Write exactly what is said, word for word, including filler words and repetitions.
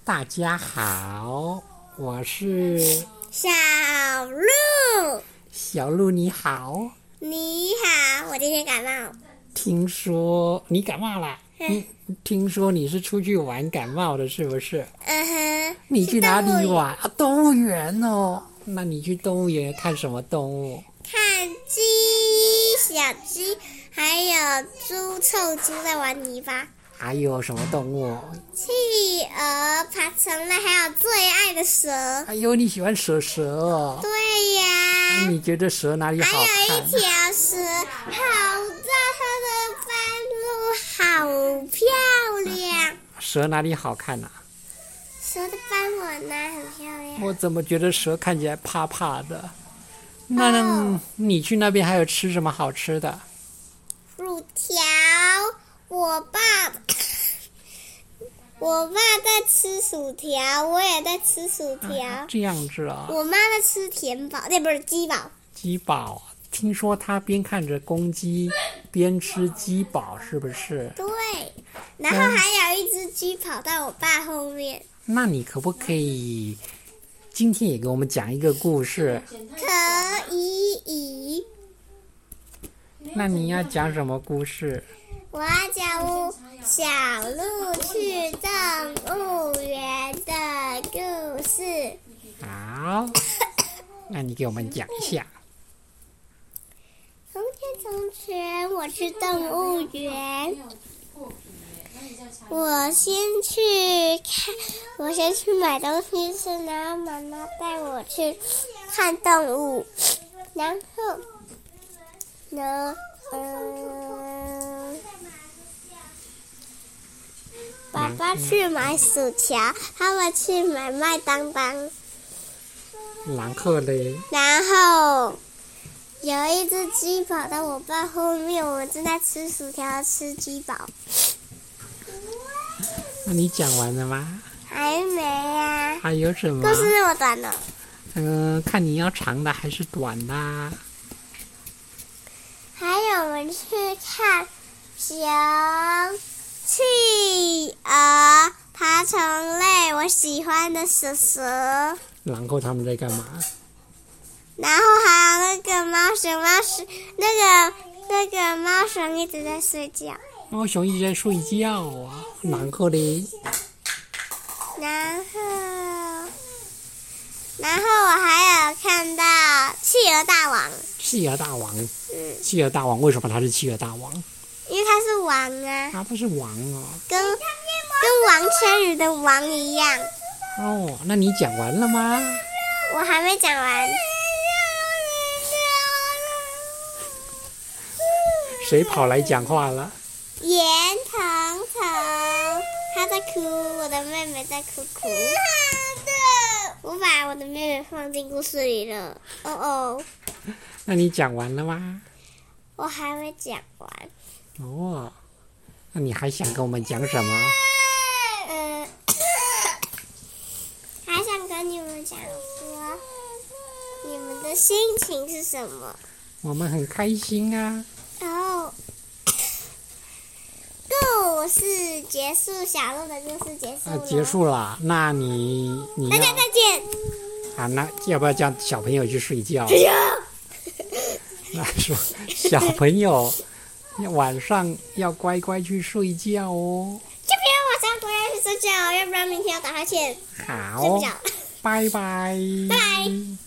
大家好，我是小鹿。 小鹿，你好。 你好，我今天感冒。 听说你感冒了？ 嗯， 听说你是出去玩感冒的，是不是？ 嗯哼。 你去哪里玩啊？动物园哦。那你去动物园看什么动物？ 看鸡、小鸡，还有猪、臭猪在玩泥巴。 还有什么动物？ 企鹅、爬虫类，还有最爱的蛇。 哎呦，你喜欢蛇蛇哦？ 对呀。 你觉得蛇哪里好看？ 还有一条蛇，好大，它的斑路好漂亮。 蛇哪里好看啊？ 蛇的斑纹呢，很漂亮。 我怎么觉得蛇看起来怕怕的？那、哦、你去那边还有吃什么好吃的？ 薯条。我爸，我爸在吃薯条，我也在吃薯条。 啊、这样子啊。 我妈在吃甜宝，那不是鸡堡。 鸡堡，听说他边看着公鸡边吃鸡堡，是不是？ 对。然后还有一只鸡跑到我爸后面。 嗯、那你可不可以今天也给我们讲一个故事？ 可以。 那你要讲什么故事？ 我要讲小鹿去动物园的故事。 好，那你给我们讲一下。 从前从前，我去动物园。我先去看，我先去买东西吃，然后妈妈带我去看动物，然后呢，嗯，爸爸去买薯条，他们去买麦当当。 然后嘞？ 然后有一只鸡跑到我爸后面，我们正在吃薯条，吃鸡堡。 那你讲完了吗？ 还没啊。 还有什么？ 故事那么短呢？ 嗯、呃，看你要长的还是短的。 还有我们去看熊、企鹅、爬虫类，我喜欢的蛇蛇。 然后他们在干嘛？ 然后还有那个猫熊，猫熊那个那个猫熊一直在睡觉。 猫熊一直在睡觉啊。然后嘞？ 然后，然后我还有看到企鹅大王。 企鹅大王。 嗯。 企鹅大王为什么他是企鹅大王？ 因为他是王啊。 啊，他是王哦。 跟跟王千羽的王一样。 哦，那你讲完了吗？ 我还没讲完。 谁跑来讲话了？ 严彤彤，她在哭，我的妹妹在哭哭。我把我的妹妹放进故事里了。哦哦。 那你讲完了吗？ 我还没讲完。 哦，那你还想跟我们讲什么？ 嗯，还想跟你们讲说，你们的心情是什么？ 我们很开心啊。 哦。故事结束，小鹿的故事结束了。 啊，结束了。那你你大家再见。 啊，那要不要叫小朋友去睡觉？ 睡觉。 那说小朋友晚上要乖乖去睡觉哦。 就不要晚上乖乖去睡觉，要不然明天要打哈欠。 好。 睡不着。 拜拜。 拜。